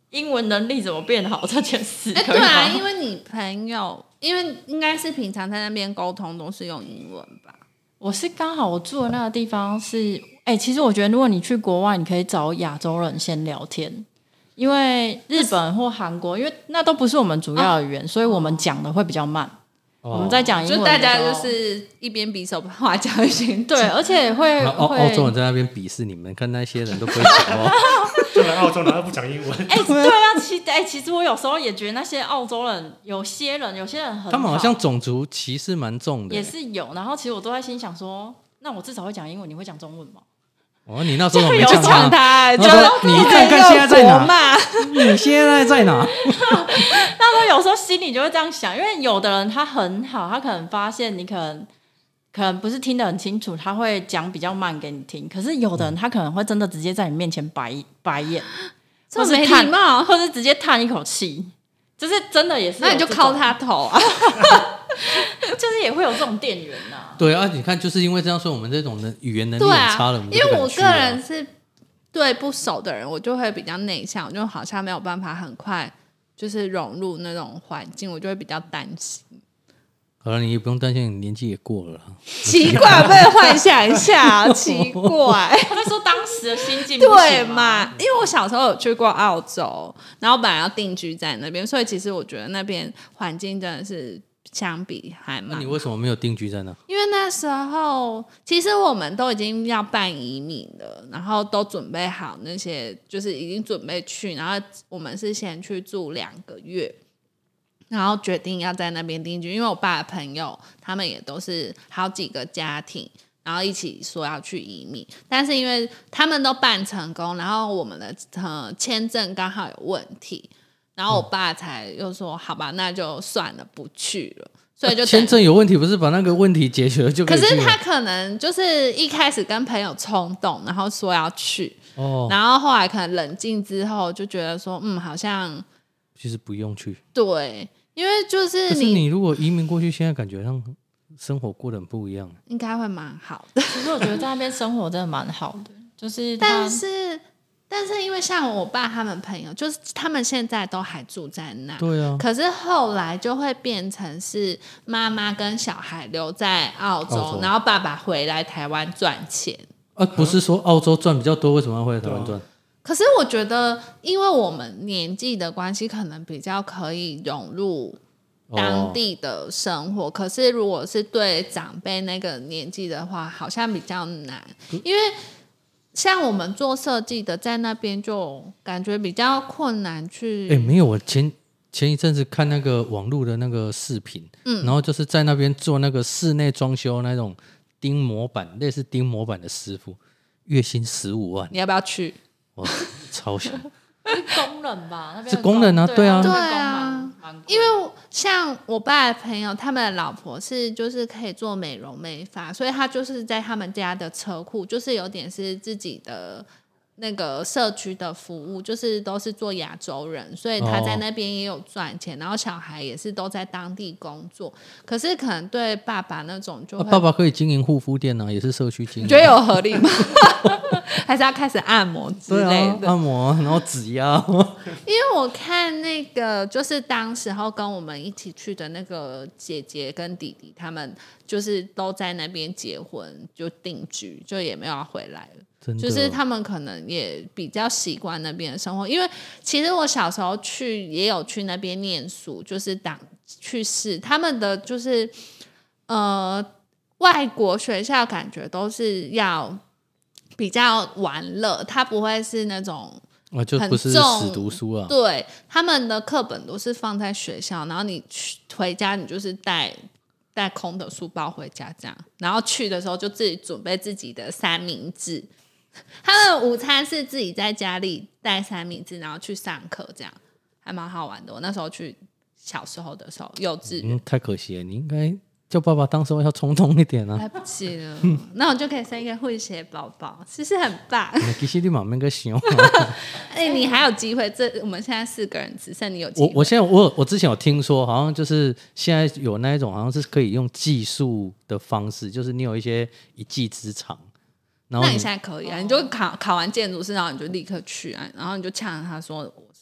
英文能力怎么变好这件事。 哎、欸，对啊，因为你朋友，因为应该是平常在那边沟通都是用英文吧？ 我是刚好我住的那个地方是，哎、欸，其实我觉得如果你去国外，你可以找亚洲人先聊天，因为日本或韩国，因为那都不是我们主要的语言，啊、所以我们讲的会比较慢。哦、我们在讲英文的时候， 就大家就是一边比手画脚一边对，而且会澳澳洲人在那边鄙视你们，看那些人都不会讲话。 就来澳洲，然后不讲英文。 哎、欸，对啊，其哎、欸，其实我有时候也觉得那些澳洲人，有些人，有些人很好， 他们好像种族歧视蛮重的， 也是有。然后其实我都在心想说，那我至少会讲英文，你会讲中文吗？ 哦，你那时候没抢抢他，就你看看现在在哪？你现在在哪？ 那时候有时候心里就会这样想，因为有的人他很好，他可能发现你可能。可能不是听得很清楚，他会讲比较慢给你听。可是有的人他可能会真的直接在你面前白白眼， 这么没礼貌， 或是直接叹一口气，就是真的也是。 那你就敲他头啊， 就是也会有这种店员呐、啊。 对啊，你看，就是因为这样，所以我们这种的语言能力很差了。 啊、因为我个人是对不熟的人，我就会比较内向，我就好像没有办法很快就是融入那种环境，我就会比较担心。 好了，你也不用担心，你年纪也过了啦。 奇怪，不能幻想一下，奇怪。 他在说当时的心境， 对嘛？因为我小时候有去过澳洲，然后本来要定居在那边，所以其实我觉得那边环境真的是相比还蛮。 那你为什么没有定居在那？ 因为那时候其实我们都已经要办移民了，然后都准备好那些，就是已经准备去，然后我们是先去住两个月。然后决定要在那边定居，因为我爸的朋友他们也都是好几个家庭，然后一起说要去移民，但是因为他们都办成功，然后我们的呃签证刚好有问题，然后我爸才又说、嗯、好吧，那就算了，不去了。所以就、啊、 签证有问题，不是把那个问题解决了就可以去了？ 可是他可能就是一开始跟朋友冲动，然后说要去， 哦， 然后后来可能冷静之后就觉得说，嗯，好像其实不用去。 对。因为就是你， 可是你如果移民过去，现在感觉上生活过得很不一样， 应该会蛮好的。 其实我觉得在那边生活真的蛮好的，就是但是但是因为像我爸他们朋友，就是他们现在都还住在那， 对啊。 可是后来就会变成是妈妈跟小孩留在澳洲，澳洲然后爸爸回来台湾赚钱。 啊，不是说澳洲赚比较多，为什么要回来台湾赚？ 可是我觉得因为我们年纪的关系可能比较可以融入当地的生活、哦、可是如果是对长辈那个年纪的话好像比较难，因为像我们做设计的在那边就感觉比较困难去。 哎、欸，没有，我前前一阵子看那个网络的那个视频、嗯、然后就是在那边做那个室内装修那种钉模板，类似钉模板的师傅，月薪十五万， 你要不要去？ 我超想是工人吧？那边是工人啊，对啊， 对啊，因为像我爸的朋友，他们的老婆是就是可以做美容美发，所以他就是在他们家的车库，就是有点是自己的那个社区的服务，就是都是做亚洲人，所以他在那边也有赚钱、哦、然后小孩也是都在当地工作。可是可能对爸爸那种就会、 啊、爸爸可以经营护肤店啊，也是社区经营， 你觉得有合理吗？还是要开始按摩之类的、 啊、按摩然后指压因为我看那个就是当时候跟我们一起去的那个姐姐跟弟弟，他们就是都在那边结婚就定居，就也没有要回来了，就是他们可能也比较习惯那边的生活。因为其实我小时候去也有去那边念书，就是当去试他们的就是呃外国学校感觉都是要比较玩乐，他不会是那种啊，就不是死读书啊。 对，他们的课本都是放在学校，然后你去回家你就是带带空的书包回家这样，然后去的时候就自己准备自己的三明治。他们午餐是自己在家里带三明治，然后去上课，这样还蛮好玩的。我那时候去小时候的时候，幼稚园、 嗯、太可惜了，你应该叫爸爸当时候要冲动一点啊！ 来不及了，那我就可以生一个混血宝宝，其实很棒。 其实你慢慢个想， 哎，你还有机会。这我们现在四个人，只剩你有机会。 我我现在我我之前有听说，好像就是现在有那一种，好像是可以用技术的方式，就是你有一些一技之长。然后 你, 那你现在可以啊，你就考考完建筑师，然后你就立刻去啊，然后你就呛他说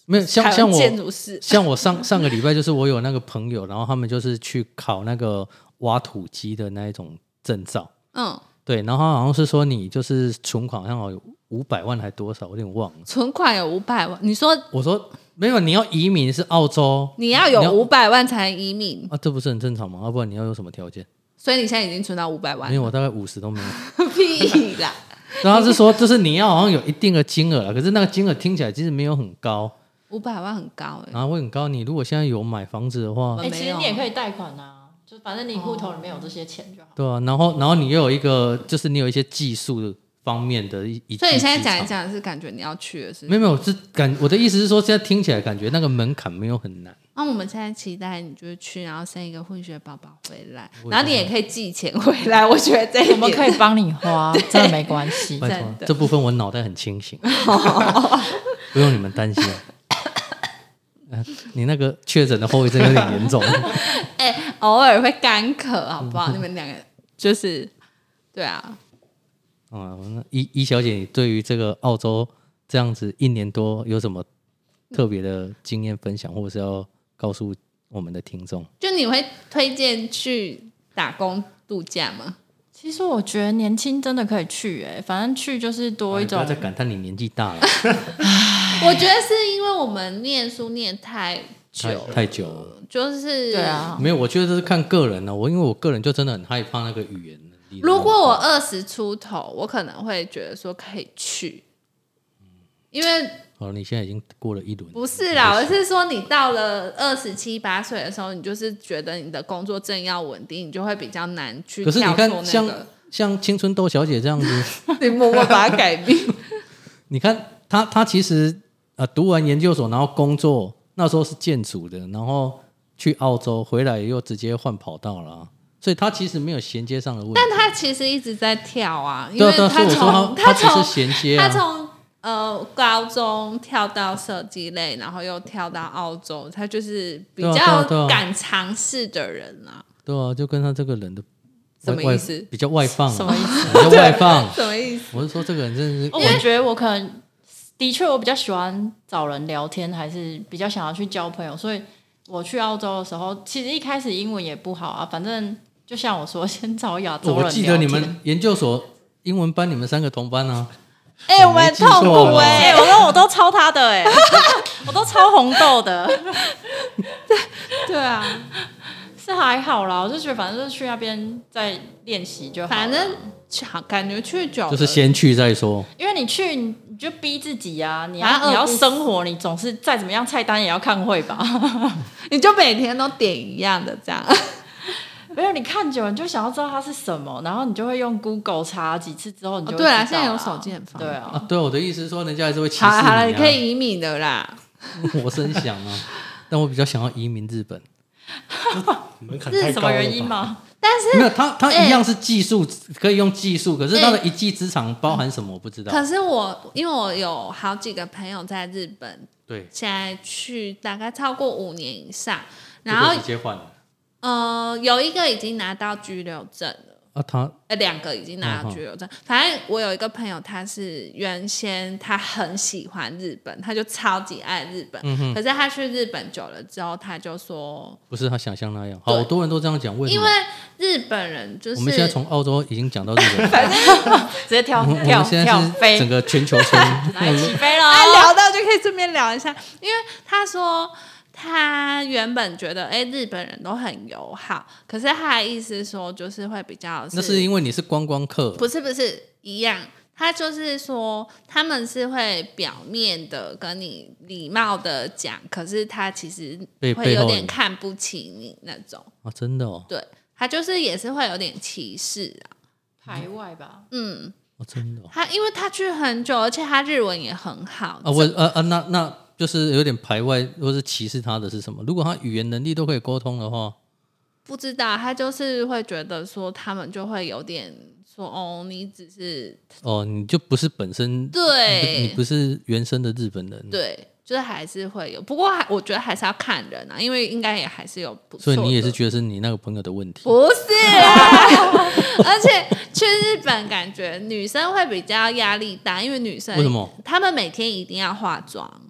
没有像像我建筑师， 像我上上个礼拜就是我有那个朋友，然后他们就是去考那个挖土机的那一种证照， 嗯， 对，然后好像是说你就是存款好像有五百万还多少，我有点忘了。 存款有五百万，你说我说没有，你要移民是澳洲， 你要有五百万才移民啊，这不是很正常吗？要、啊、不然你要有什么条件？ 所以你现在已经存到五百万了？ 没有，我大概五十都没有。 屁啦！ 然后是说，就是你要好像有一定的金额了，可是那个金额听起来其实没有很高。 五百万很高哎、欸， 然后会很高。你如果现在有买房子的话， 哎、欸，其实你也可以贷款啊，就反正你户头里面有这些钱就好。 对啊，然后然后你又有一个，就是你有一些技术方面的一， 所以你现在讲一讲是感觉你要去的是？ 没有没有，是感我的意思是说，现在听起来感觉那个门槛没有很难。 那、啊、我们现在期待你就是去，然后生一个混血宝宝回来，然后你也可以寄钱回来。我觉得这一点我们可以帮你花，真的没关系。 真的，这部分我脑袋很清醒，不用你们担心。呃、你那个确诊的后遗症有点严重。 哎、欸，偶尔会干咳，好不好？你们两个就是对啊。 哦、嗯，那伊伊小姐，你对于这个澳洲这样子一年多有什么特别的经验分享，或者是要告诉我们的听众？ 就你会推荐去打工度假吗？ 其实我觉得年轻真的可以去、欸，哎，反正去就是多一种。 不要再感叹你年纪大了。 我觉得是因为我们念书念太久了， 太, 太久了， 就是对啊， 没有，我觉得这是看个人了、啊。我因为我个人就真的很害怕那个语言能力。 如果我二十出头，我可能会觉得说可以去，因为好，你现在已经过了一轮。 不是啦，我是说你到了二十七八岁的时候，你就是觉得你的工作正要稳定，你就会比较难去跳脱那个。可是你看，像像青春豆小姐这样子， 你默默把它改变。 你看她，她其实呃读完研究所，然后工作那时候是建筑的，然后去澳洲回来又直接换跑道了、啊，所以她其实没有衔接上的问题。 但她其实一直在跳啊，因为她从她从衔接、啊， 她从呃高中跳到设计类，然后又跳到澳洲，她就是比较敢尝试的人啊。 对啊，就跟她这个人的。 什么意思？ 比较外放、啊， 什么意思？ 比较外放， 什么意思？ 我是说这个人真的是， 我觉得我可能的确我比较喜欢找人聊天，还是比较想要去交朋友，所以我去澳洲的时候，其实一开始英文也不好啊，反正就像我说，先找亚洲人聊天。 我记得你们研究所英文班，你们三个同班啊。 哎、欸，我们很痛苦哎、 欸，我说我都抄他的哎、欸，我都抄红豆的。 对啊。 是还好啦，我就觉得反正就是去那边再练习就好。 反正感觉去久了就是先去再说。 因为你去你就逼自己啊，你要你要生活，你总是再怎么样菜单也要看会吧？ 你就每天都点一样的这样。 没有，你看久了你就想要知道它是什么，然后你就会用 Google 查几次之后你就、 哦、对啊，现在有手机很方便。 对啊， 啊对我的意思是说，人家还是会歧视你、啊。 好了，你可以移民的啦。 我是很想啊，但我比较想要移民日本。 这是什么原因吗？ 但是没有，它它一样是技术、欸，可以用技术，可是它的一技之长包含什么我不知道。 可是我因为我有好几个朋友在日本， 对， 现在去大概超过五年以上，然后直接换了。 呃，有一个已经拿到居留证了。 啊，他呃，两个已经拿到居留证。反正我有一个朋友，他是原先他很喜欢日本，他就超级爱日本。嗯、可是他去日本久了之后，他就说不是他想象那样。好多人都这样讲，为什么？ 因为日本人就是我们现在从澳洲已经讲到日本， 反正直接跳跳跳跳飞，整个全球村来起飞了。 啊，聊到就可以顺便聊一下，因为他说。他原本觉得，哎、欸，日本人都很友好，可是他的意思说，就是会比较是， 那是因为你是观光客， 不是不是一样。他就是说，他们是会表面的跟你礼貌的讲，可是他其实会有点看不起你那种啊，真的哦。 对，他就是也是会有点歧视啊， 排外吧。 嗯， 哦，真的、哦。 他因为他去很久，而且他日文也很好啊。我呃呃，那那。就是有点排外或是歧视他的是什么？如果他语言能力都可以沟通的话， 不知道他就是会觉得说他们就会有点说哦，你只是哦，你就不是本身对， 你不是原生的日本人， 对，就是还是会有。不过还我觉得还是要看人啊，因为应该也还是有不错的。 所以你也是觉得是你那个朋友的问题？ 不是啊，而且去日本感觉女生会比较压力大，因为女生为什么？ 她们每天一定要化妆。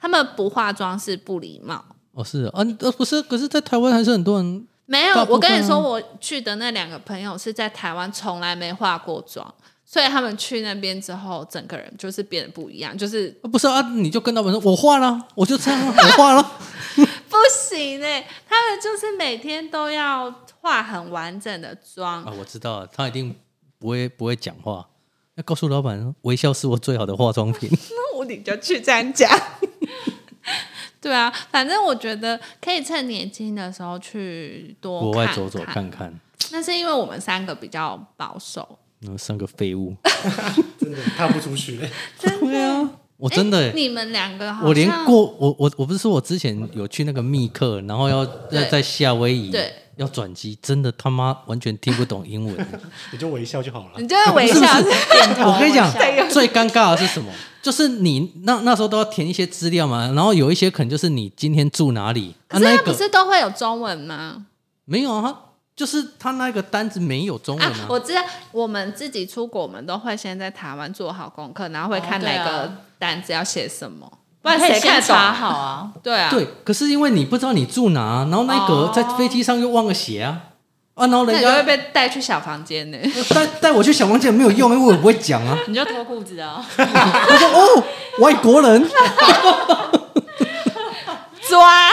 他们不化妆是不礼貌。 哦，是啊，呃，不是，可是，在台湾还是很多人没有。我跟你说，我去的那两个朋友是在台湾从来没化过妆，所以他们去那边之后，整个人就是变得不一样。就是不是啊，你就跟老板说，我化了，我就这样，我化了， 不行哎、欸，他们就是每天都要化很完整的妆啊。我知道了，他一定不会不会讲话，要告诉老板，微笑是我最好的化妆品。 那我你就去这样讲。对啊，反正我觉得可以趁年轻的时候去多看看国外走走看看。 那是因为我们三个比较保守， 那三个废物， 真的踏不出去。 真的啊， 我真的、欸， 你们两个好像我连过我我我不是说我之前有去那个密克，然后要要在夏威夷对要转机，真的他妈完全听不懂英文。 你就微笑就好了。 你就会微笑， 点头我跟你讲微笑， 最尴尬的是什么？就是你那那时候都要填一些资料嘛，然后有一些可能就是你今天住哪里， 可是啊、那个他不是都会有中文吗？ 没有啊，他就是他那个单子没有中文啊。 啊我知道，我们自己出国，我们都会先在台湾做好功课，然后会看哪个哦对啊单子要写什么，不然可以谁看得懂先查好啊？ 对啊， 对，可是因为你不知道你住哪，然后那个哦在飞机上又忘了写啊。啊，然后人家那你就会被带去小房间呢。 带带我去小房间没有用，因为我也不会讲啊。 你就脱裤子啊！ 我说哦，外国人抓，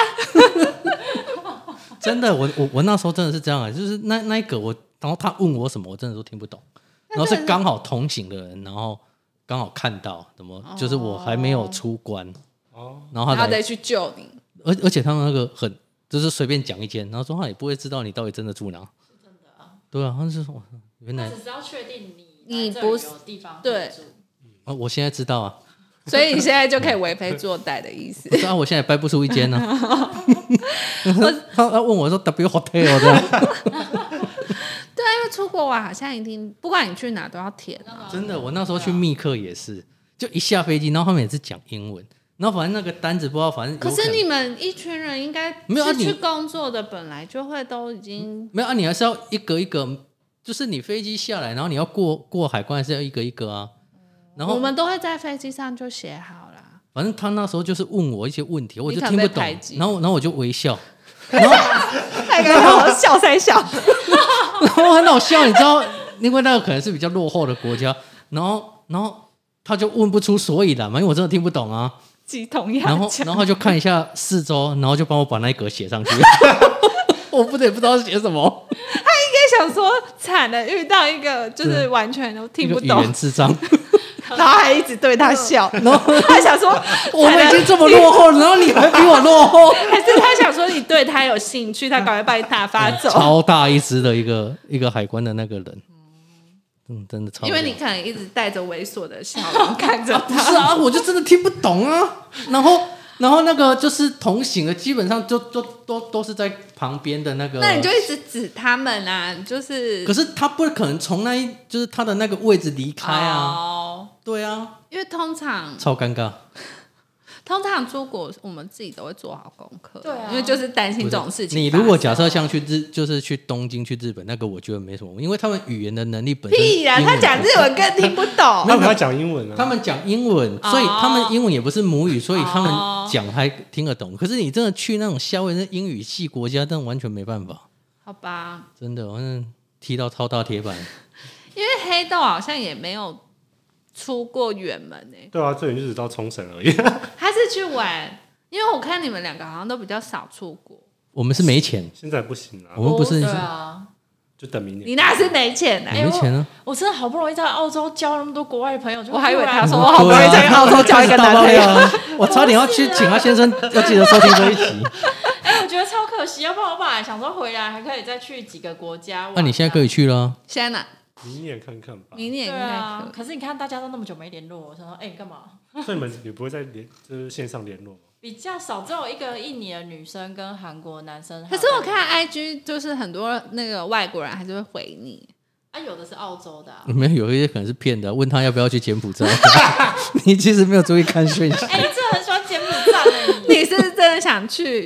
真的，我我我那时候真的是这样啊，就是那那一个我，然后他问我什么，我真的都听不懂。然后是刚好同行的人，然后刚好看到，怎么就是我还没有出关， 哦， 然后他才然后再去救你。 而而且他们那个很就是随便讲一间，然后说他也不会知道你到底真的住哪。 真的啊， 对啊，他就是说原来只是要确定你你不是来这里有地方可以对住啊，我现在知道啊， 所以你现在就可以为非作歹的意思。 我说啊，我现在也掰不出一间呢、啊。他他问我说 W Hotel 这样， 对啊，因为出国玩好像一定不管你去哪都要填啊。 真的，我那时候去密克也是，就一下飞机，然后他们也是讲英文，然后反正那个单子不知道，反正有可能是你们一群人应该没有啊你是去工作的，本来就会都已经没有啊，你还是要一个一个，就是你飞机下来，然后你要过过海关，还是要一个一个啊。然后我们都会在飞机上就写好啦。 反正他那时候就是问我一些问题，我就你可听不懂能被排，挤然后然后我就微笑，然后太尴尬了，笑三笑。 然后很好笑，你知道，因为那个可能是比较落后的国家，然后然后他就问不出所以然嘛，因为我真的听不懂啊。 鸡同鸭然后讲。 然后就看一下四周，然后就帮我把那一格写上去。我不得也不知道写什么， 应该想说惨了，遇到一个就是完全都听不懂一个语言，智障。 然后还一直对他笑，然后他想说我们已经这么落后了，然后你还比我落后。 还是他想说你对他有兴趣，他赶快把你打发走。 超大一只的一个一个海关的那个人，嗯，真的超大。 因为你可能一直带着猥琐的笑容看着他。 是啊，我就真的听不懂啊。然后然后那个就是同行的，基本上就都都都是在旁边的那个。 那你就一直指他们啊，就是可是他不可能从那一就是他的那个位置离开啊。 哦， 对啊， 因为通常超尴尬。 通常出国我们自己都会做好功课， 对啊因为就是担心这种事情。 你如果假设像去日，就是去东京、去日本，那个我觉得没什么，因为他们语言的能力本身屁呀， 英文他讲日文更听不懂。 他们要讲英文啊， 他们讲英文， 哦所以他们英文也不是母语，所以他们哦讲还听得懂。可是你真的去那种夏威夷那英语系国家，真的完全没办法， 好吧， 真的，反正踢到超大铁板。 因为黑豆好像也没有出过远门诶、 对啊，这里就只到冲绳而已。 他是去玩，因为我看你们两个好像都比较少出国。 我们是没钱， 现在不行啊我，们不是对啊， 就等明年。 你那是没钱呢、 哎没钱啊。 我真的好不容易在澳洲交那么多国外的朋友，就我还以为突然他说我好不容易在澳洲交一个男朋友。 啊，我差点要去请他先生要记得收听这一集。 哎、我觉得超可惜，要不然我本来想说回来还可以再去几个国家玩。 那你现在可以去了啊， 现在哪？ 明年看看吧。 明年应该对啊可以。， 可是你看大家都那么久没联络，我想说，哎、你干嘛？ 所以你们也不会再联，就是线上联络吗？ 比较少，只有一个印尼的女生跟韩国男生。 可是我看 I G 就是很多那个外国人还是会回你。 啊，有的是澳洲的、啊。 没有，有一些可能是骗的，问他要不要去柬埔寨。你其实没有注意看讯息。 哎、你真的很喜欢柬埔寨的你。 你是不是真的想去？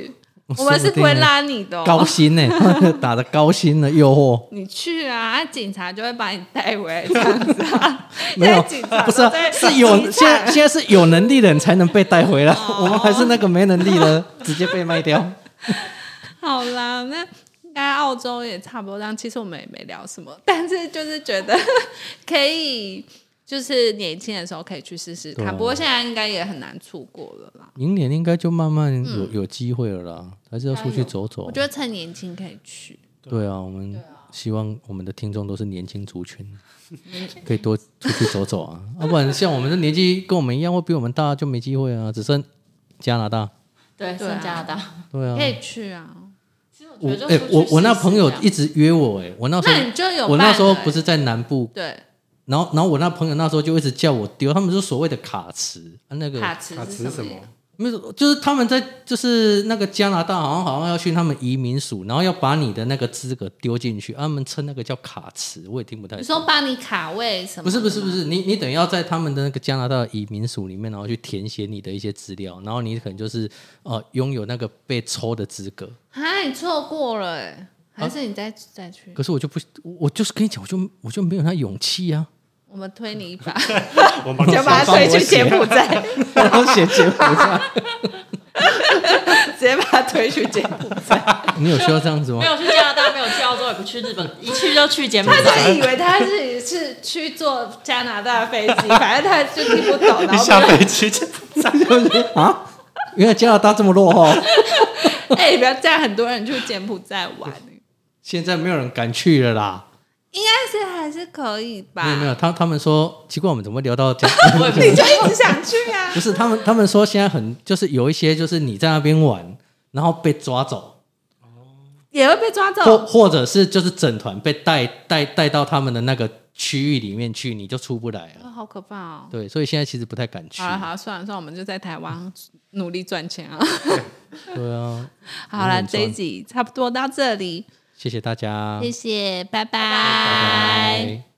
我们是不会拉你的、哦， 高薪呢、欸，打的高薪的诱惑。 你去啊，警察就会把你带回来这样子啊。 没有， 警察不是、啊，是有现在现在是有能力的人才能被带回来，哦、我们还是那个没能力的，直接被卖掉。 好啦，那应该澳洲也差不多这样。其实我们也没聊什么，但是就是觉得可以。就是年轻的时候可以去试试看、啊，不过现在应该也很难出国了啦。 明年应该就慢慢有、嗯、有机会了啦，还是要出去走走。 我觉得趁年轻可以去。 对啊，我们希望我们的听众都是年轻族群，可以多出去走走啊。要、啊、不然像我们的年纪跟我们一样或比我们大就没机会啊，只剩加拿大。 对，剩加拿大。 对啊， 可以去啊。 我哎、欸，我我那朋友一直约我哎、欸，我那时候那你就有、欸、 我那时候不是在南部对。 然后，然后我那朋友那时候就一直叫我丢，他们说所谓的卡池啊，那个卡池是什么？ 没有，就是他们在就是那个加拿大好像好像要去他们移民署，然后要把你的那个资格丢进去，他们称那个叫卡池，我也听不太懂。 你说把你卡位什么？ 不是不是不是，你你等于要在他们的那个加拿大的移民署里面，然后去填写你的一些资料，然后你可能就是呃拥有那个被抽的资格。 啊，你错过了哎，还是你再、啊、再去？ 可是我就不，我就是跟你讲，我就我就没有那勇气啊。 我们推你一把， 我们就把他推去柬埔寨， 然后写柬埔寨， 直接把他推去柬埔寨。 你有需要这样子吗？ 没有去加拿大，没有去澳洲，也不去日本，一去就去柬埔寨。 他就以为他是是去坐加拿大的飞机，反正他就听不懂，然后一下飞机柬埔寨啊，原来加拿大这么落后。 哎、欸，不要这样，很多人去柬埔寨玩。 现在没有人敢去了啦。 应该是还是可以吧。 没有没有，他他们说奇怪，我们怎么聊到这样？ 你就一直想去啊？ 不是，他们他们说现在很就是有一些就是你在那边玩，然后被抓走， 也会被抓走， 或或者是就是整团被带带带到他们的那个区域里面去，你就出不来了。 哦、好可怕哦！ 对，所以现在其实不太敢去。 好了好了，算了算了，我们就在台湾努力赚钱啊。 对啊。 好了，这一集差不多到这里。 谢谢大家， 谢谢，拜拜。 拜拜。